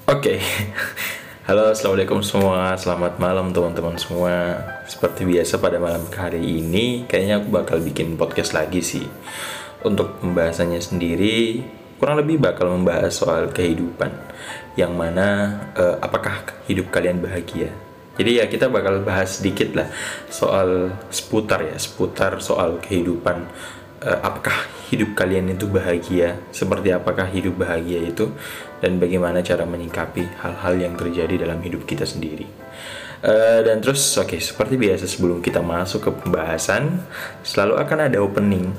Oke, halo, assalamualaikum semua. Selamat malam teman-teman semua. Seperti biasa pada malam hari ini, kayaknya aku bakal bikin podcast lagi sih. Untuk pembahasannya sendiri, kurang lebih bakal membahas soal kehidupan. Yang mana, apakah hidup kalian bahagia? Jadi ya kita bakal bahas sedikit lah soal seputar soal kehidupan. Apakah hidup kalian itu bahagia? Seperti apakah hidup bahagia itu? Dan bagaimana cara menyikapi hal-hal yang terjadi dalam hidup kita sendiri. Dan terus seperti biasa sebelum kita masuk ke pembahasan, selalu akan ada opening.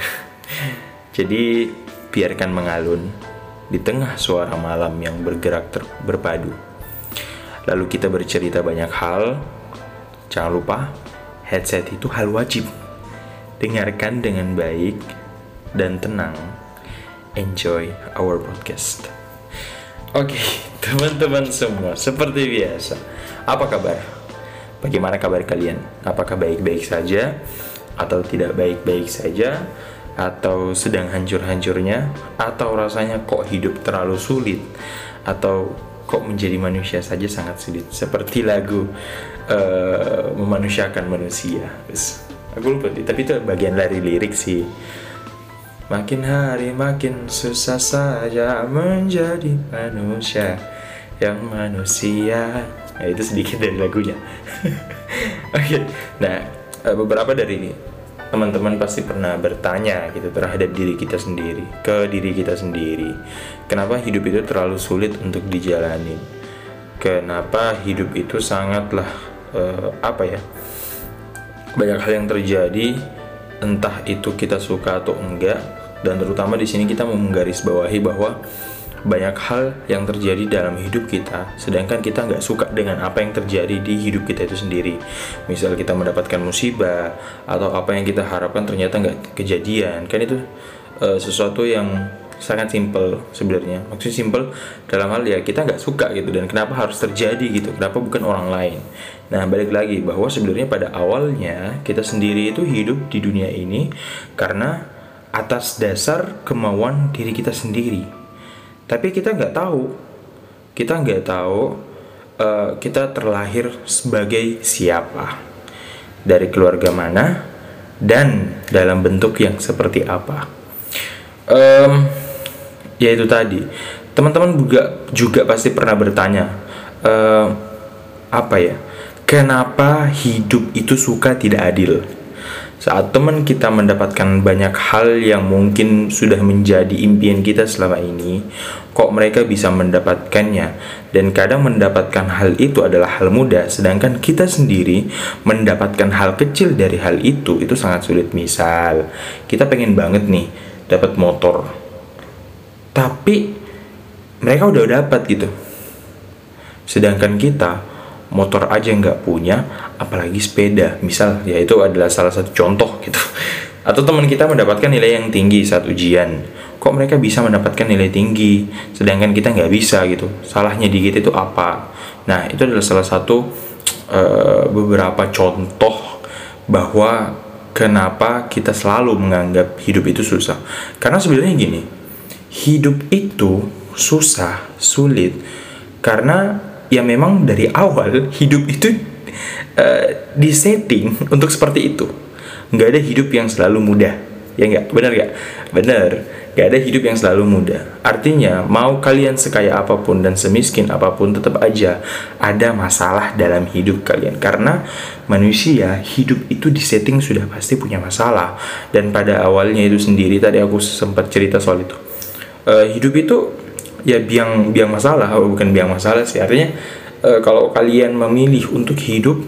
Jadi biarkan mengalun di tengah suara malam yang bergerak berpadu. Lalu kita bercerita banyak hal. Jangan lupa, headset itu hal wajib. Dengarkan dengan baik dan tenang. Enjoy our podcast. Oke, teman-teman semua, seperti biasa, apa kabar? Bagaimana kabar kalian? Apakah baik-baik saja? Atau tidak baik-baik saja? Atau sedang hancur-hancurnya? Atau rasanya kok hidup terlalu sulit? Atau kok menjadi manusia saja sangat sulit? Seperti lagu Memanusiakan Manusia. Aku lupa, tapi itu bagian dari lirik sih. Makin hari makin susah saja menjadi manusia yang manusia. Nah, itu sedikit dari lagunya. Oke. Nah, beberapa dari teman-teman pasti pernah bertanya gitu terhadap diri kita sendiri, ke diri kita sendiri. Kenapa hidup itu terlalu sulit untuk dijalanin? Kenapa hidup itu sangatlah banyak hal yang terjadi, entah itu kita suka atau enggak. Dan terutama di sini kita mau menggarisbawahi bahwa banyak hal yang terjadi dalam hidup kita, sedangkan kita nggak suka dengan apa yang terjadi di hidup kita itu sendiri. Misal kita mendapatkan musibah atau apa yang kita harapkan ternyata nggak kejadian, kan itu sesuatu yang sangat simple sebenarnya. Maksudnya simple dalam hal ya kita nggak suka gitu, dan kenapa harus terjadi gitu, kenapa bukan orang lain. Nah, balik lagi bahwa sebenarnya pada awalnya kita sendiri itu hidup di dunia ini karena atas dasar kemauan diri kita sendiri. Tapi kita nggak tahu kita terlahir sebagai siapa, dari keluarga mana, dan dalam bentuk yang seperti apa. Ya itu tadi, teman-teman juga pasti pernah bertanya, kenapa hidup itu suka tidak adil? Saat teman kita mendapatkan banyak hal yang mungkin sudah menjadi impian kita selama ini, kok mereka bisa mendapatkannya? Dan kadang mendapatkan hal itu adalah hal mudah, sedangkan kita sendiri mendapatkan hal kecil dari hal itu sangat sulit. Misal, kita pengen banget nih dapat motor, tapi mereka udah dapat gitu, sedangkan kita motor aja nggak punya, apalagi sepeda. Misal, ya itu adalah salah satu contoh gitu. Atau teman kita mendapatkan nilai yang tinggi saat ujian, kok mereka bisa mendapatkan nilai tinggi, sedangkan kita nggak bisa gitu. Salahnya di kita itu apa? Nah, itu adalah salah satu beberapa contoh bahwa kenapa kita selalu menganggap hidup itu susah. Karena sebenarnya gini, hidup itu susah, sulit, karena ya memang dari awal hidup itu disetting untuk seperti itu. Nggak ada hidup yang selalu mudah, ya nggak? Benar nggak? Benar, nggak ada hidup yang selalu mudah. Artinya mau kalian sekaya apapun dan semiskin apapun, tetap aja ada masalah dalam hidup kalian. Karena manusia hidup itu disetting sudah pasti punya masalah. Dan pada awalnya itu sendiri, tadi aku sempat cerita soal itu, hidup itu ya biang masalah, bukan biang masalah sih. Artinya kalau kalian memilih untuk hidup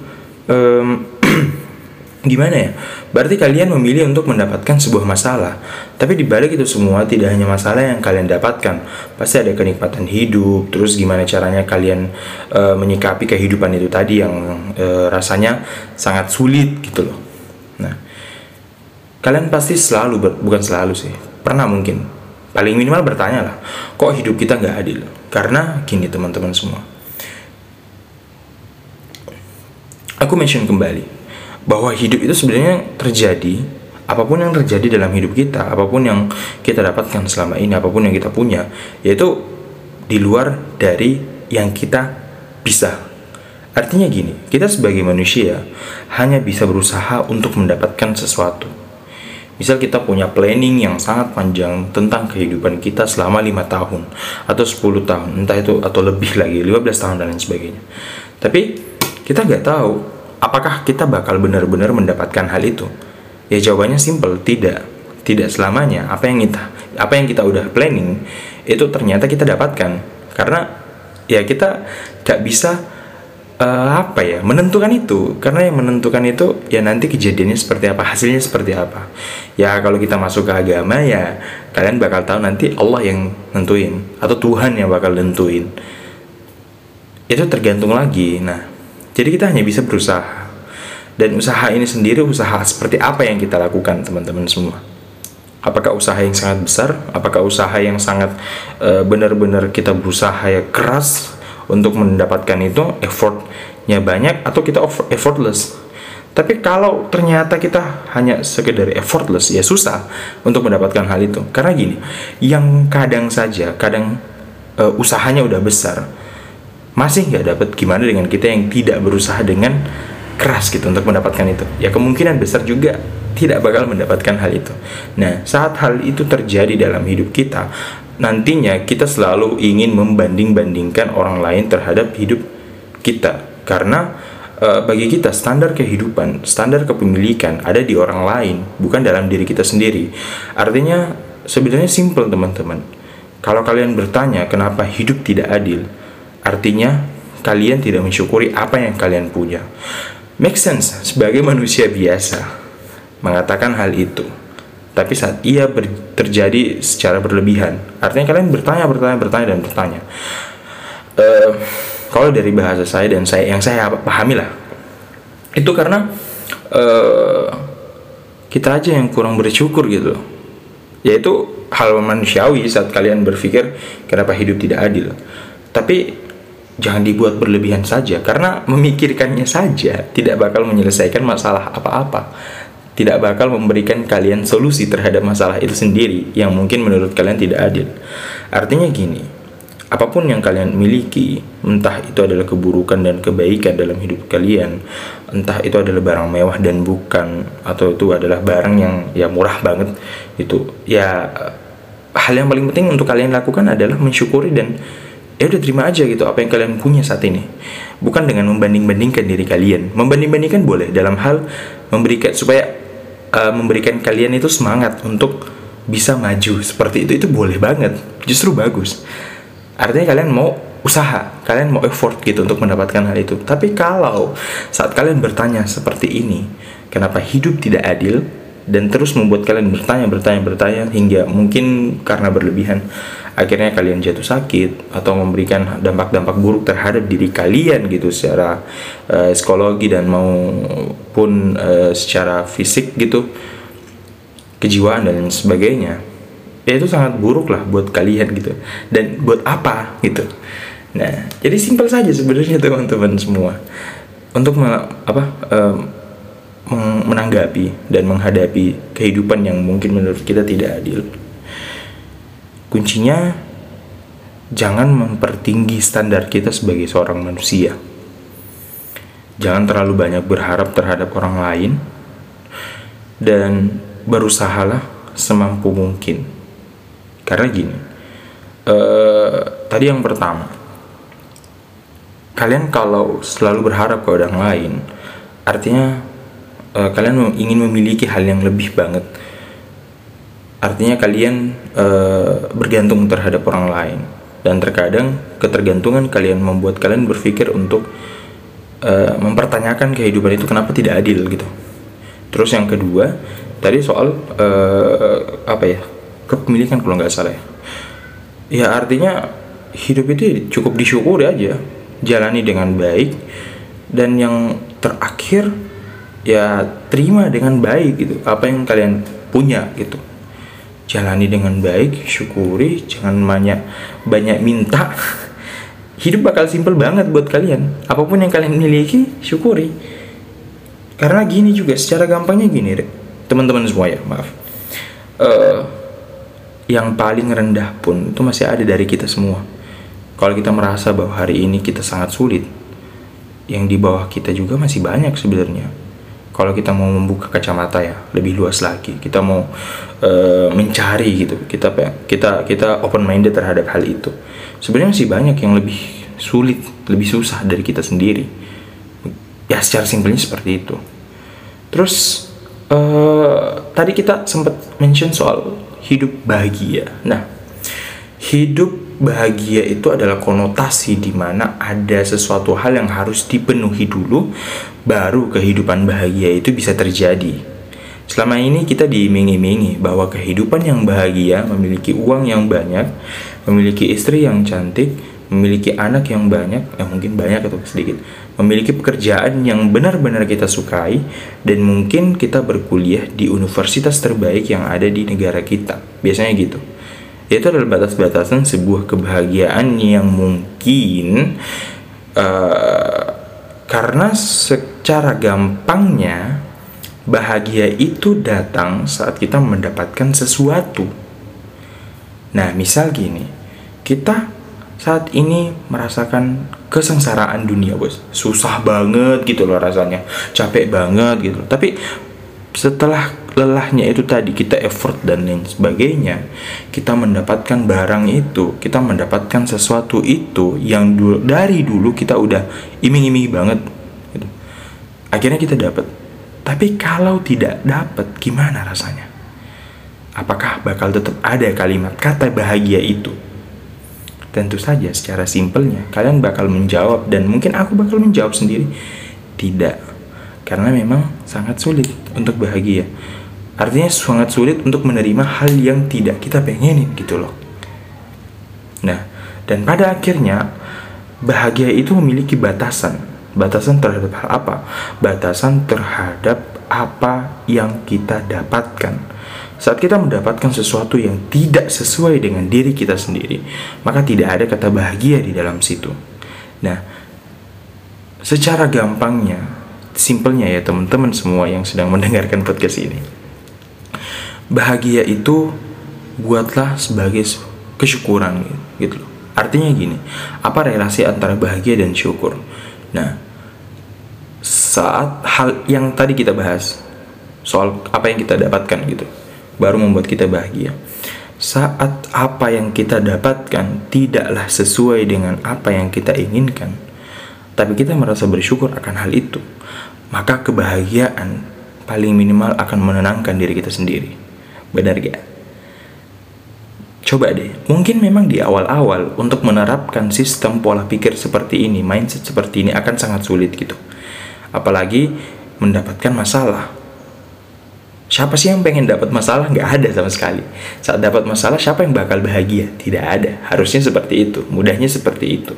gimana ya? Berarti kalian memilih untuk mendapatkan sebuah masalah. Tapi di balik itu semua tidak hanya masalah yang kalian dapatkan, pasti ada kenikmatan hidup. Terus gimana caranya kalian menyikapi kehidupan itu tadi yang rasanya sangat sulit gitu loh. Nah, kalian pasti bukan selalu sih, pernah mungkin paling minimal bertanya lah, kok hidup kita nggak adil? Karena gini teman-teman semua, aku mention kembali bahwa hidup itu sebenarnya terjadi, apapun yang terjadi dalam hidup kita, apapun yang kita dapatkan selama ini, apapun yang kita punya, yaitu di luar dari yang kita bisa. Artinya gini, kita sebagai manusia hanya bisa berusaha untuk mendapatkan sesuatu. Misal kita punya planning yang sangat panjang tentang kehidupan kita selama 5 tahun atau 10 tahun, entah itu atau lebih lagi, 15 tahun dan lain sebagainya. Tapi kita nggak tahu apakah kita bakal benar-benar mendapatkan hal itu. Ya jawabannya simple, tidak. Tidak selamanya apa yang kita udah planning itu ternyata kita dapatkan. Karena ya kita nggak bisa menentukan itu, karena yang menentukan itu ya nanti kejadiannya seperti apa, hasilnya seperti apa. Ya kalau kita masuk ke agama ya kalian bakal tahu nanti Allah yang nentuin atau Tuhan yang bakal nentuin. Itu tergantung lagi. Nah, jadi kita hanya bisa berusaha. Dan usaha ini sendiri usaha seperti apa yang kita lakukan teman-teman semua? Apakah usaha yang sangat besar? Apakah usaha yang sangat benar-benar kita berusaha ya keras untuk mendapatkan itu, effortnya banyak, atau kita effortless? Tapi kalau ternyata kita hanya sekedar effortless, ya susah untuk mendapatkan hal itu. Karena gini, yang kadang usahanya udah besar, masih nggak dapat, gimana dengan kita yang tidak berusaha dengan keras gitu untuk mendapatkan itu? Ya kemungkinan besar juga tidak bakal mendapatkan hal itu. Nah, saat hal itu terjadi dalam hidup kita, nantinya kita selalu ingin membanding-bandingkan orang lain terhadap hidup kita. Karena bagi kita standar kehidupan, standar kepemilikan ada di orang lain, bukan dalam diri kita sendiri. Artinya sebenarnya simple teman-teman. Kalau kalian bertanya kenapa hidup tidak adil, artinya kalian tidak mensyukuri apa yang kalian punya. Make sense sebagai manusia biasa mengatakan hal itu. Tapi saat ia terjadi secara berlebihan, artinya kalian bertanya. Kalau dari bahasa saya dan yang saya pahami lah, itu karena kita aja yang kurang bersyukur gitu. Yaitu hal manusiawi saat kalian berpikir kenapa hidup tidak adil. Tapi jangan dibuat berlebihan saja, karena memikirkannya saja tidak bakal menyelesaikan masalah apa-apa. Tidak bakal memberikan kalian solusi terhadap masalah itu sendiri yang mungkin menurut kalian tidak adil. Artinya gini, apapun yang kalian miliki, entah itu adalah keburukan dan kebaikan dalam hidup kalian, entah itu adalah barang mewah dan bukan, atau itu adalah barang yang ya murah banget, itu ya hal yang paling penting untuk kalian lakukan adalah mensyukuri dan ya udah terima aja gitu apa yang kalian punya saat ini. Bukan dengan membanding-bandingkan diri kalian. Membanding-bandingkan boleh dalam hal memberikan supaya memberikan kalian itu semangat untuk bisa maju seperti itu boleh banget, justru bagus. Artinya kalian mau usaha, kalian mau effort gitu untuk mendapatkan hal itu. Tapi kalau saat kalian bertanya seperti ini, kenapa hidup tidak adil, dan terus membuat kalian bertanya hingga mungkin karena berlebihan akhirnya kalian jatuh sakit atau memberikan dampak-dampak buruk terhadap diri kalian gitu secara psikologi dan maupun secara fisik gitu, kejiwaan dan sebagainya, ya itu sangat buruk lah buat kalian gitu. Dan buat apa gitu. Nah, jadi simpel saja sebenarnya teman-teman semua untuk menanggapi dan menghadapi kehidupan yang mungkin menurut kita tidak adil. Kuncinya jangan mempertinggi standar kita sebagai seorang manusia. Jangan terlalu banyak berharap terhadap orang lain, dan berusahalah semampu mungkin. Karena gini, tadi yang pertama, kalian kalau selalu berharap ke orang lain, artinya kalian ingin memiliki hal yang lebih banget. Artinya kalian bergantung terhadap orang lain, dan terkadang ketergantungan kalian membuat kalian berpikir untuk mempertanyakan kehidupan itu kenapa tidak adil gitu. Terus yang kedua tadi soal kepemilikan kalau nggak salah ya. Ya artinya hidup itu cukup disyukuri aja, jalani dengan baik, dan yang terakhir ya terima dengan baik gitu apa yang kalian punya gitu. Jalani dengan baik, syukuri, jangan banyak minta. Hidup bakal simple banget buat kalian. Apapun yang kalian miliki, syukuri. Karena gini juga, secara gampangnya gini teman-teman semua ya, maaf. Yang paling rendah pun itu masih ada dari kita semua. Kalau kita merasa bahwa hari ini kita sangat sulit, yang di bawah kita juga masih banyak sebenarnya. Kalau kita mau membuka kacamata ya lebih luas lagi, kita mau mencari gitu, kita open minded terhadap hal itu. Sebenarnya masih banyak yang lebih sulit, lebih susah dari kita sendiri. Ya secara simpelnya seperti itu. Terus tadi kita sempat mention soal hidup bahagia. Nah, hidup bahagia itu adalah konotasi di mana ada sesuatu hal yang harus dipenuhi dulu, baru kehidupan bahagia itu bisa terjadi. Selama ini kita diiming-imingi bahwa kehidupan yang bahagia memiliki uang yang banyak, memiliki istri yang cantik, memiliki anak yang banyak, mungkin banyak atau sedikit, memiliki pekerjaan yang benar-benar kita sukai, dan mungkin kita berkuliah di universitas terbaik yang ada di negara kita. Biasanya gitu. Itu adalah batas-batasan sebuah kebahagiaan yang mungkin karena secara gampangnya bahagia itu datang saat kita mendapatkan sesuatu. Nah, misal gini, kita saat ini merasakan kesengsaraan dunia, bos. Susah banget gitu loh rasanya, capek banget gitu. Tapi setelah lelahnya itu tadi, kita effort dan lain sebagainya, kita mendapatkan barang itu, kita mendapatkan sesuatu itu yang dari dulu kita udah iming-imingi banget gitu. Akhirnya kita dapat. Tapi kalau tidak dapat, gimana rasanya? Apakah bakal tetap ada kalimat kata bahagia itu? Tentu saja secara simpelnya kalian bakal menjawab, dan mungkin aku bakal menjawab sendiri, tidak. Karena memang sangat sulit untuk bahagia. Artinya sangat sulit untuk menerima hal yang tidak kita pengenin gitu loh. Nah, dan pada akhirnya bahagia itu memiliki batasan. Batasan terhadap hal apa? Batasan terhadap apa yang kita dapatkan. Saat kita mendapatkan sesuatu yang tidak sesuai dengan diri kita sendiri, maka tidak ada kata bahagia di dalam situ. Nah, secara gampangnya, simpelnya ya teman-teman semua yang sedang mendengarkan podcast ini, bahagia itu buatlah sebagai kesyukuran gitu loh. Artinya gini, apa relasi antara bahagia dan syukur? Nah, saat hal yang tadi kita bahas soal apa yang kita dapatkan gitu baru membuat kita bahagia. Saat apa yang kita dapatkan tidaklah sesuai dengan apa yang kita inginkan, tapi kita merasa bersyukur akan hal itu, maka kebahagiaan paling minimal akan menenangkan diri kita sendiri. Benar gak? Coba deh, mungkin memang di awal-awal untuk menerapkan sistem pola pikir seperti ini, mindset seperti ini akan sangat sulit gitu. Apalagi mendapatkan masalah. Siapa sih yang pengen dapat masalah? Gak ada sama sekali. Saat dapat masalah, siapa yang bakal bahagia? Tidak ada. Harusnya seperti itu, mudahnya seperti itu.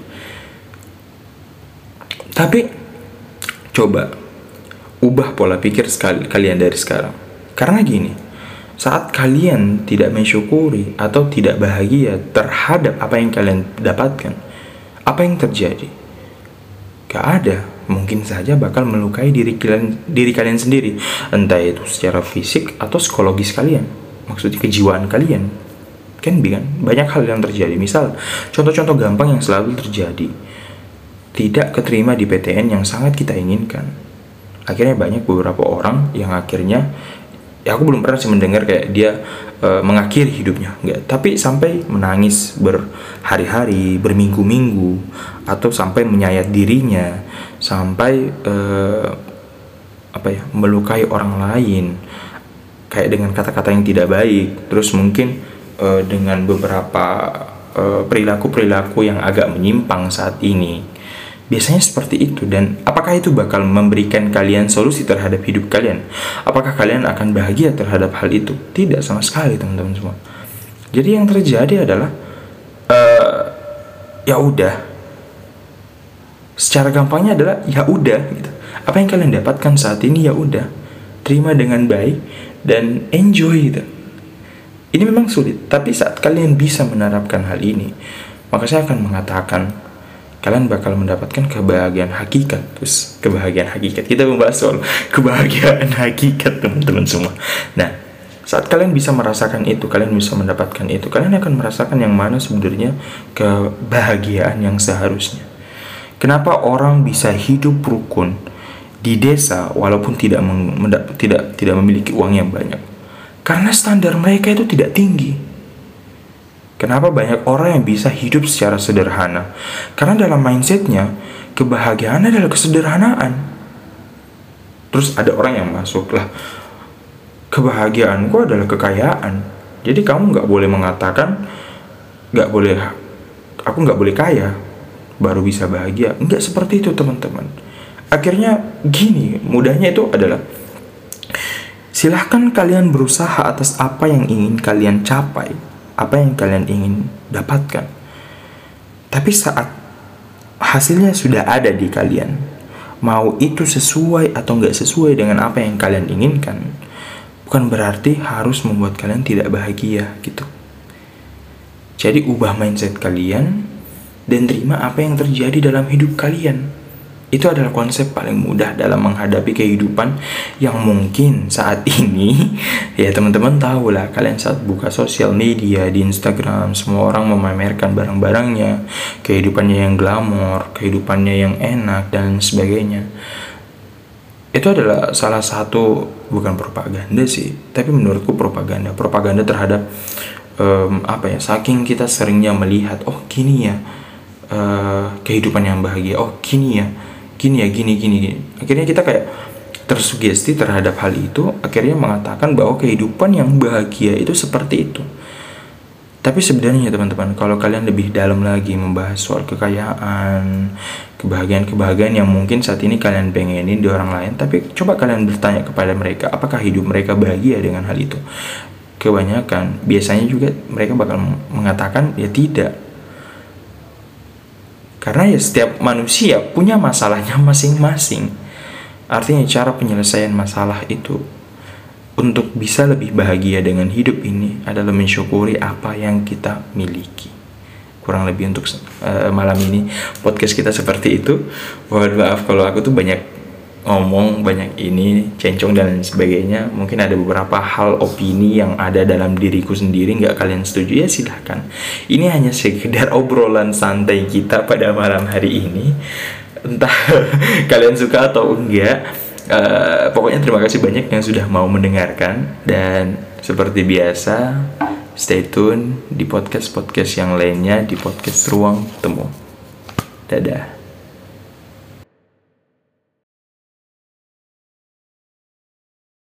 Tapi coba ubah pola pikir kalian dari sekarang. Karena gini, saat kalian tidak mensyukuri atau tidak bahagia terhadap apa yang kalian dapatkan, apa yang terjadi? Gak ada. Mungkin saja bakal melukai diri kalian sendiri, entah itu secara fisik atau psikologis kalian, maksudnya kejiwaan kalian. Kan banyak hal yang terjadi. Misal, contoh-contoh gampang yang selalu terjadi, tidak keterima di PTN yang sangat kita inginkan. Akhirnya banyak beberapa orang yang akhirnya, ya aku belum pernah sih mendengar kayak dia mengakhiri hidupnya, enggak, tapi sampai menangis berhari-hari, berminggu-minggu, atau sampai menyayat dirinya, sampai melukai orang lain kayak dengan kata-kata yang tidak baik, terus mungkin dengan beberapa perilaku-perilaku yang agak menyimpang saat ini. Biasanya seperti itu. Dan apakah itu bakal memberikan kalian solusi terhadap hidup kalian? Apakah kalian akan bahagia terhadap hal itu? Tidak sama sekali, teman-teman semua. Jadi yang terjadi adalah ya udah. Secara gampangnya adalah ya udah gitu. Apa yang kalian dapatkan saat ini ya udah. Terima dengan baik dan enjoy gitu. Ini memang sulit, tapi saat kalian bisa menerapkan hal ini, maka saya akan mengatakan kalian bakal mendapatkan kebahagiaan hakikat. Terus kebahagiaan hakikat, kita membahas soal kebahagiaan hakikat, teman-teman semua. Nah, Saat kalian bisa merasakan itu, kalian bisa mendapatkan itu, kalian akan merasakan yang mana sebenarnya kebahagiaan yang seharusnya. Kenapa orang bisa hidup rukun di desa walaupun tidak memiliki uang yang banyak? Karena standar mereka itu tidak tinggi. Kenapa banyak orang yang bisa hidup secara sederhana? Karena dalam mindsetnya, kebahagiaan adalah kesederhanaan. Terus ada orang yang masuk lah, kebahagiaanku adalah kekayaan. Jadi kamu nggak boleh mengatakan aku nggak boleh kaya baru bisa bahagia. Nggak seperti itu, teman-teman. Akhirnya gini, mudahnya itu adalah silahkan kalian berusaha atas apa yang ingin kalian capai, apa yang kalian ingin dapatkan. Tapi saat hasilnya sudah ada di kalian, mau itu sesuai atau nggak sesuai dengan apa yang kalian inginkan, bukan berarti harus membuat kalian tidak bahagia gitu. Jadi ubah mindset kalian dan terima apa yang terjadi dalam hidup kalian. Itu adalah konsep paling mudah dalam menghadapi kehidupan yang mungkin saat ini, ya teman-teman tahu lah, kalian saat buka sosial media di Instagram, semua orang memamerkan barang-barangnya, kehidupannya yang glamor, kehidupannya yang enak dan sebagainya. Itu adalah salah satu, bukan propaganda sih, tapi menurutku propaganda terhadap saking kita seringnya melihat, oh gini ya kehidupan yang bahagia, oh gini gini. Akhirnya kita kayak tersugesti terhadap hal itu, akhirnya mengatakan bahwa kehidupan yang bahagia itu seperti itu. Tapi sebenarnya teman-teman, kalau kalian lebih dalam lagi membahas soal kekayaan, kebahagiaan yang mungkin saat ini kalian pengenin di orang lain, tapi coba kalian bertanya kepada mereka, apakah hidup mereka bahagia dengan hal itu? Kebanyakan, biasanya juga mereka bakal mengatakan ya tidak. Karena ya setiap manusia punya masalahnya masing-masing. Artinya cara penyelesaian masalah itu untuk bisa lebih bahagia dengan hidup ini adalah mensyukuri apa yang kita miliki. Kurang lebih untuk malam ini podcast kita seperti itu. Mohon maaf kalau aku tuh banyak ngomong, banyak ini, cencong dan sebagainya. Mungkin ada beberapa hal opini yang ada dalam diriku sendiri nggak kalian setuju, ya silahkan. Ini hanya sekedar obrolan santai kita pada malam hari ini. Entah kalian suka atau enggak. Pokoknya terima kasih banyak yang sudah mau mendengarkan. Dan seperti biasa, stay tune di podcast-podcast yang lainnya, di podcast Ruang Temu. Dadah.